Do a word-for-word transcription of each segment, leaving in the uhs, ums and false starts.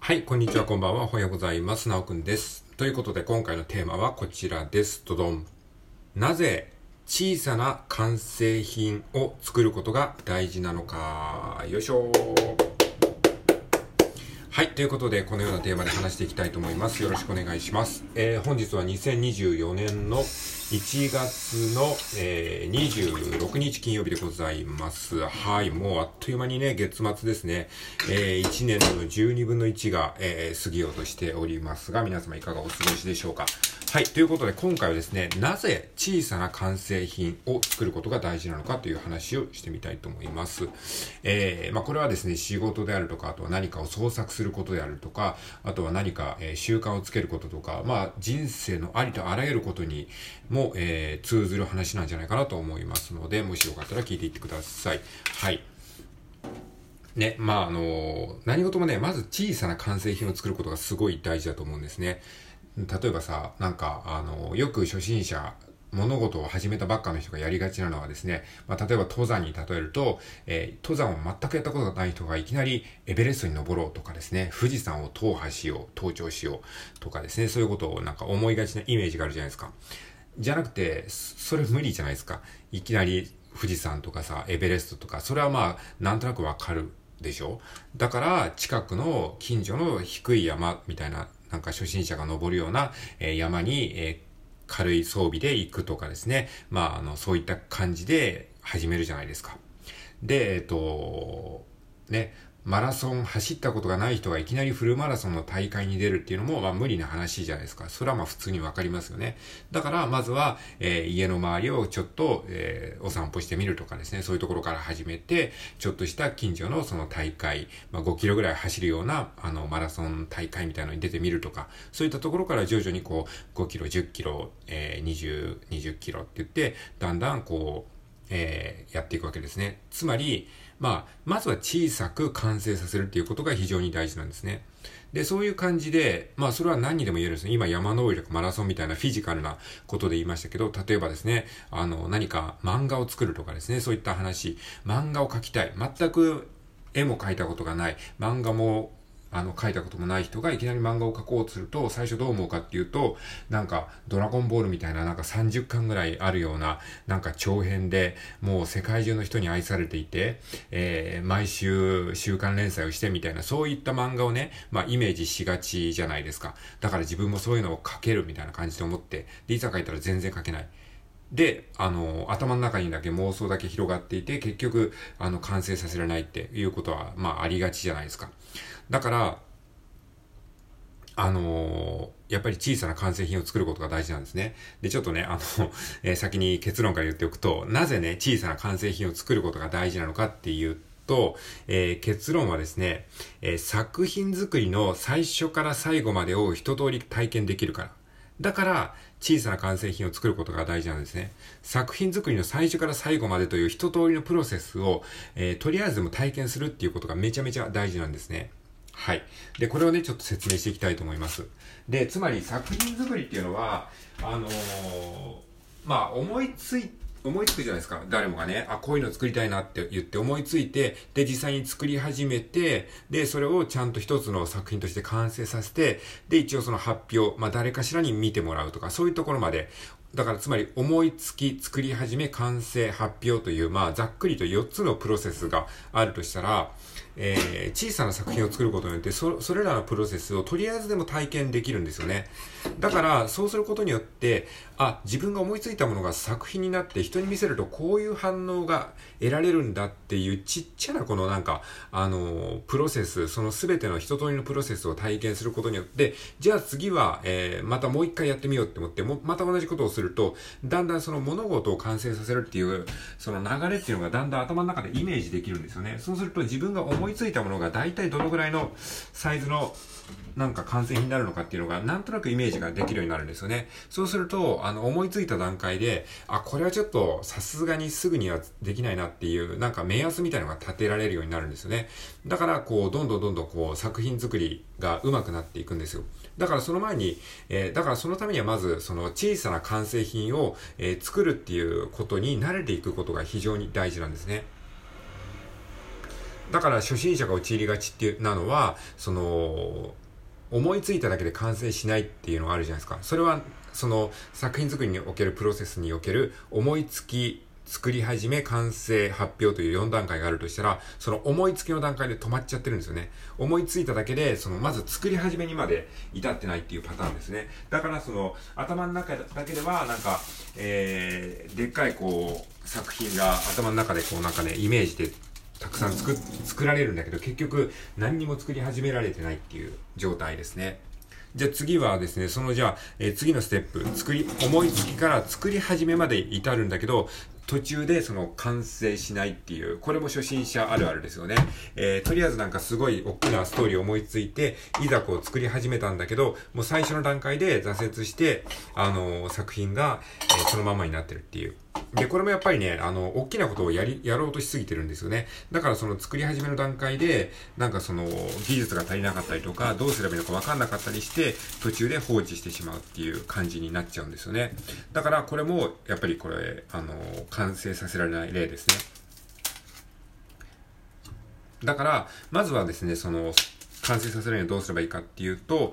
はい、こんにちは、こんばんは。おはようございます。なおくんです。ということで、今回のテーマはこちらです。どどん。なぜ小さな完成品を作ることが大事なのか。よいしょ。はい、ということで、このようなテーマで話していきたいと思います。よろしくお願いします。えー、本日はにせんにじゅうよねんのいちがつの、えー、にじゅうろくにち金曜日でございます。はい、もうあっという間にね、月末ですね。えー、いちねんのじゅうにぶんのいちが、えー、過ぎようとしておりますが、皆様いかがお過ごしでしょうか。はい、ということで今回はですね、なぜ小さな完成品を作ることが大事なのかという話をしてみたいと思います。えー、まあこれはですね、仕事であるとか、あとは何かを創作することであるとか、あとは何か、えー、習慣をつけることとか、まあ人生のありとあらゆることにも、えー、通ずる話なんじゃないかなと思いますので、もしよかったら聞いていってください。はい。ね、まああの、何事もね、まず小さな完成品を作ることがすごい大事だと思うんですね。例えばさ、なんか、あの、よく初心者、物事を始めたばっかの人がやりがちなのはですね、まあ、例えば登山に例えると、えー、登山を全くやったことがない人がいきなりエベレストに登ろうとかですね、富士山を踏破しよう、登頂しようとかですね、そういうことをなんか思いがちなイメージがあるじゃないですか。じゃなくて、それ無理じゃないですか。いきなり富士山とかさ、エベレストとか、それはまあ、なんとなくわかるでしょ。だから、近くの近所の低い山みたいな、なんか初心者が登るような、えー、山に、えー軽い装備で行くとかですね。まあ、あの、そういった感じで始めるじゃないですか。で、えっと、ね、マラソン走ったことがない人がいきなりフルマラソンの大会に出るっていうのも、まあ無理な話じゃないですか。それはまあ普通にわかりますよね。だから、まずは、えー、家の周りをちょっと、えー、お散歩してみるとかですね、そういうところから始めて、ちょっとした近所のその大会、まあごキロぐらい走るような、あの、マラソン大会みたいなのに出てみるとか、そういったところから徐々にこう、ごキロ、じゅっキロ、えー、にじゅう、にじゅっキロって言って、だんだんこう、えー、やっていくわけですね。つまり、まあ、まずは小さく完成させるっていうことが非常に大事なんですね。で、そういう感じで、まあ、それは何にでも言えるんですね。今、山登りとかマラソンみたいなフィジカルなことで言いましたけど、例えばですね、あの、何か漫画を作るとかですね、そういった話、漫画を描きたい。全く絵も描いたことがない。漫画もあの、書いたこともない人がいきなり漫画を描こうとすると、最初どう思うかっていうと、なんか、ドラゴンボールみたいな、なんかさんじゅっかんぐらいあるような、なんか長編で、もう世界中の人に愛されていて、えー、毎週週刊連載をしてみたいな、そういった漫画をね、まあ、イメージしがちじゃないですか。だから自分もそういうのを描けるみたいな感じで思って、で、いざ描いたら全然描けない。で、あの、頭の中にだけ妄想だけ広がっていて、結局、あの、完成させられないっていうことは、まあ、ありがちじゃないですか。だから、あのー、やっぱり小さな完成品を作ることが大事なんですね。で、ちょっとね、あの、えー、先に結論から言っておくと、なぜね、小さな完成品を作ることが大事なのかっていうと、えー、結論はですね、えー、作品作りの最初から最後までを一通り体験できるから。だから、小さな完成品を作ることが大事なんですね。作品作りの最初から最後までという一通りのプロセスを、えー、とりあえずでも体験するっていうことがめちゃめちゃ大事なんですね。はい。で、これをね、ちょっと説明していきたいと思います。で、つまり作品作りっていうのは、あのー、まあ、思いつい、思いつくじゃないですか。誰もがね、あ、こういうの作りたいなって言って思いついて、で、実際に作り始めて、で、それをちゃんと一つの作品として完成させて、で、一応その発表、まあ、誰かしらに見てもらうとか、そういうところまで、だからつまり思いつき、作り始め、完成、発表という、まあ、ざっくりとよっつのプロセスがあるとしたら、えー、小さな作品を作ることによってそ、それらのプロセスをとりあえずでも体験できるんですよね。だから、そうすることによって、あ、自分が思いついたものが作品になって人に見せるとこういう反応が得られるんだっていうちっちゃなこのなんか、あの、プロセス、そのすべての一通りのプロセスを体験することによって、じゃあ次は、えー、またもう一回やってみようって思って、もまた同じことをすると、だんだんその物事を完成させるっていう、その流れっていうのがだんだん頭の中でイメージできるんですよね。そうすると自分が思いついたものが大体どのぐらいのサイズのなんか完成品になるのかっていうのがなんとなくイメージができるようになるんですよね。そうすると、あの思いついた段階で、あ、これはちょっとさすがにすぐにはできないなっていうなんか目安みたいなのが立てられるようになるんですよね。だからこうどんどんどんどんこう作品作りが上手くなっていくんですよ。だからその前に、えー、だからそのためにはまずその小さな完成品を、えー、作るっていうことに慣れていくことが非常に大事なんですね。 だから初心者が陥りがちっていうなのは、その、思いついただけで完成しないっていうのがあるじゃないですか。それは、その作品作りにおけるプロセスにおける思いつき、作り始め、完成、発表というよん段階があるとしたら、その思いつきの段階で止まっちゃってるんですよね。思いついただけで、そのまず作り始めにまで至ってないっていうパターンですね。だからその頭の中だけではなんか、えー、でっかいこう作品が頭の中でこうなんかね、イメージでたくさん作、作られるんだけど、結局何にも作り始められてないっていう状態ですね。じゃあ次はですね、そのじゃあ、えー、次のステップ、作り、思いつきから作り始めまで至るんだけど、途中でその完成しないっていう、これも初心者あるあるですよね。えー、とりあえずなんかすごい大きなストーリーを思いついて、いざこう作り始めたんだけど、もう最初の段階で挫折して、あのー、作品が、えー、そのままになってるっていう。で、これもやっぱりね、あの、大きなことをやり、やろうとしすぎてるんですよね。だからその作り始めの段階で、なんかその、技術が足りなかったりとか、どうすればいいのか分かんなかったりして、途中で放置してしまうっていう感じになっちゃうんですよね。だからこれも、やっぱりこれ、あの、完成させられない例ですね。だから、まずはですね、その、完成させるにはどうすればいいかっていうと、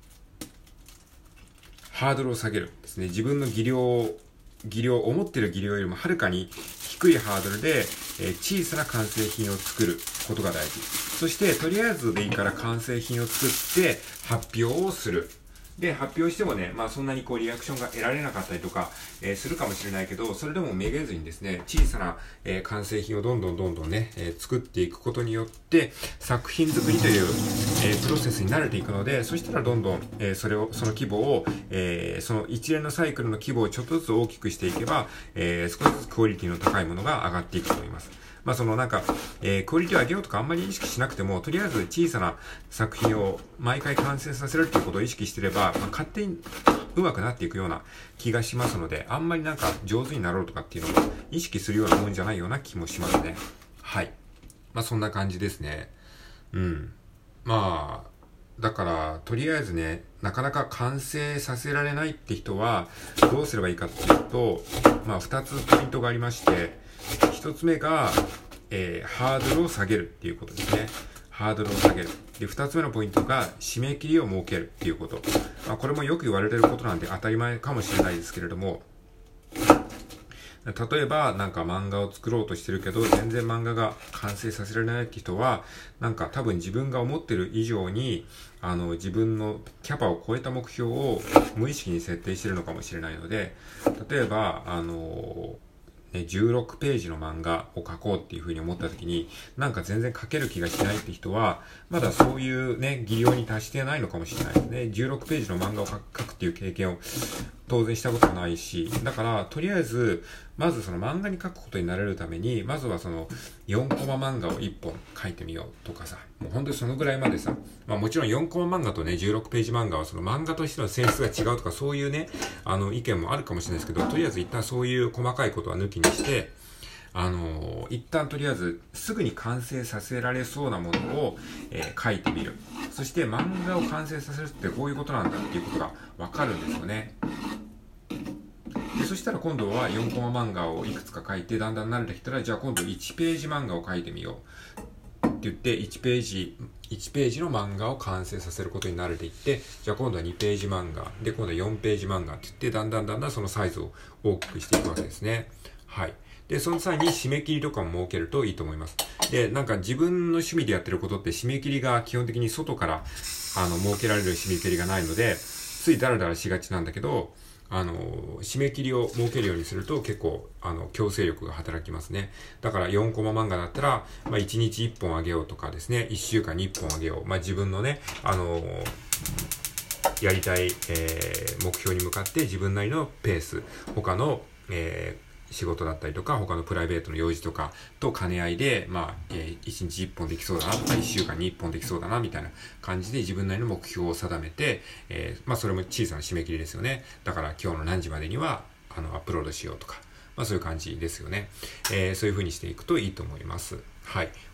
ハードルを下げるですね。自分の技量技量、思ってる技量よりもはるかに低いハードルで、えー、小さな完成品を作ることが大事。そして、とりあえずでいいから完成品を作って発表をする。で、発表してもね、まあそんなにこうリアクションが得られなかったりとか、えー、するかもしれないけど、それでもめげずにですね、小さな、えー、完成品をどんどんどんどんね、えー、作っていくことによって、作品作りという、えー、プロセスに慣れていくので、そしたらどんどん、えー、それを、その規模を、えー、その一連のサイクルの規模をちょっとずつ大きくしていけば、えー、少しずつクオリティの高いものが上がっていくと思います。まあそのなんか、えー、クオリティを上げようとかあんまり意識しなくても、とりあえず小さな作品を毎回完成させるっていうことを意識してれば、まあ、勝手に上手くなっていくような気がしますので、あんまりなんか上手になろうとかっていうのを意識するようなもんじゃないような気もしますね。はい。まあそんな感じですね。うん。まあ、だから、とりあえずね、なかなか完成させられないって人は、どうすればいいかっていうと、まあ二つポイントがありまして、一つ目が、えー、ハードルを下げるっていうことですね。ハードルを下げる。で、二つ目のポイントが、締め切りを設けるっていうこと。まあ、これもよく言われていることなんで当たり前かもしれないですけれども、例えば、なんか漫画を作ろうとしてるけど、全然漫画が完成させられないって人は、なんか多分自分が思ってる以上に、あの、自分のキャパを超えた目標を無意識に設定してるのかもしれないので、例えば、あの、ね、じゅうろくページの漫画を描こうっていう風に思った時に、なんか全然描ける気がしないって人は、まだそういうね、技量に達してないのかもしれないですね。じゅうろくページの漫画を描くっていう経験を当然したことはないし、だから、とりあえず、まずその漫画に描くことになれるために、まずはそのよんコマ漫画をいっぽん描いてみようとかさ、もう本当にそのぐらいまでさ、まあもちろんよんコマ漫画とね、じゅうろくページ漫画はその漫画としての性質が違うとかそういうね、あの意見もあるかもしれないですけど、とりあえず一旦そういう細かいことは抜きにして、あのー、一旦とりあえずすぐに完成させられそうなものを、えー、描いてみる。そして漫画を完成させるってこういうことなんだっていうことがわかるんですよね。でそしたら今度はよんコマ漫画をいくつか書いて、だんだん慣れてきたら、じゃあ今度いちページ漫画を書いてみようって言って、いちページ、いちページの漫画を完成させることに慣れていって、じゃあ今度はにページ漫画、で今度はよんページ漫画って言って、だんだんだんだんそのサイズを大きくしていくわけですね。はい。で、その際に締め切りとかも設けるといいと思います。で、なんか自分の趣味でやってることって締め切りが基本的に外から、あの、設けられる締め切りがないので、ついダラダラしがちなんだけど、あの、締め切りを設けるようにすると結構、あの、強制力が働きますね。だからよんコマ漫画だったら、まあいちにちいっぽんあげようとかですね、いっしゅうかんにいっぽんあげよう。まあ自分のね、あの、やりたい、えー、目標に向かって自分なりのペース、他の、えー仕事だったりとか、他のプライベートの用事とかと兼ね合いで、まあ、えー、いちにちいっぽんできそうだなとか、いっしゅうかんにいっぽんできそうだな、みたいな感じで自分なりの目標を定めて、えー、まあ、それも小さな締め切りですよね。だから今日の何時までには、あの、アップロードしようとか、まあ、そういう感じですよね。えー、そういう風にしていくといいと思います。はい。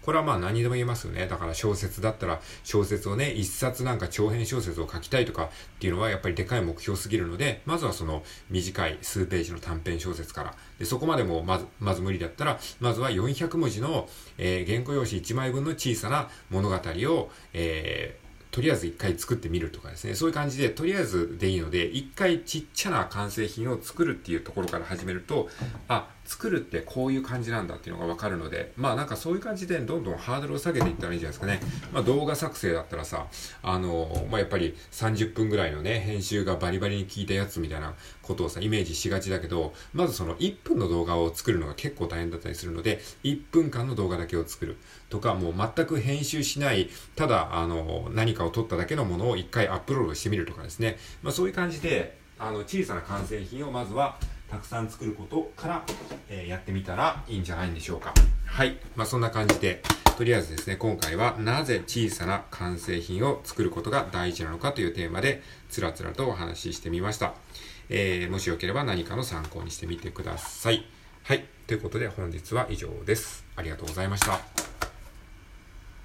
これはまあ何でも言えますよね。だから小説だったら小説をね、一冊なんか長編小説を書きたいとかっていうのはやっぱりでかい目標すぎるので、まずはその短い数ページの短編小説から。で、そこまでもまず、まず無理だったら、まずはよんひゃくもじの、えー、原稿用紙いちまいぶんの小さな物語を、えーとりあえず一回作ってみるとかですね。そういう感じで、とりあえずでいいので、一回ちっちゃな完成品を作るっていうところから始めると、あ、作るってこういう感じなんだっていうのがわかるので、まあなんかそういう感じでどんどんハードルを下げていったらいいんじゃないですかね。まあ動画作成だったらさ、あの、まあやっぱりさんじゅっぷんぐらいのね、編集がバリバリに効いたやつみたいなことをさ、イメージしがちだけど、まずそのいっぷんの動画を作るのが結構大変だったりするので、いっぷんかんの動画だけを作るとか、もう全く編集しない、ただ、あの、何かを撮っただけのものを一回アップロードしてみるとかですね。まあそういう感じで、あの、小さな完成品をまずは、たくさん作ることから、えー、やってみたらいいんじゃないんでしょうか。はい。まあそんな感じで、とりあえずですね、今回はなぜ小さな完成品を作ることが大事なのかというテーマで、つらつらとお話ししてみました。えー、もしよければ何かの参考にしてみてください。はい。ということで本日は以上です。ありがとうございました。